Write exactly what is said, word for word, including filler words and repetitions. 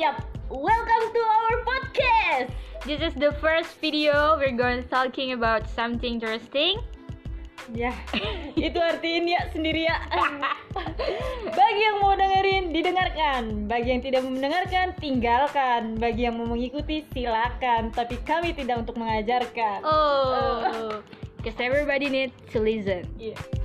Yap, welcome to our podcast. This is the first video we're going to talking about something interesting. Ya, itu artiin ya sendiri ya. Bagi yang mau dengerin, didengarkan. Bagi yang tidak mau mendengarkan, tinggalkan. Bagi yang mau mengikuti, silakan. Tapi kami tidak untuk mengajarkan. Oh, because everybody needs to listen. Yeah.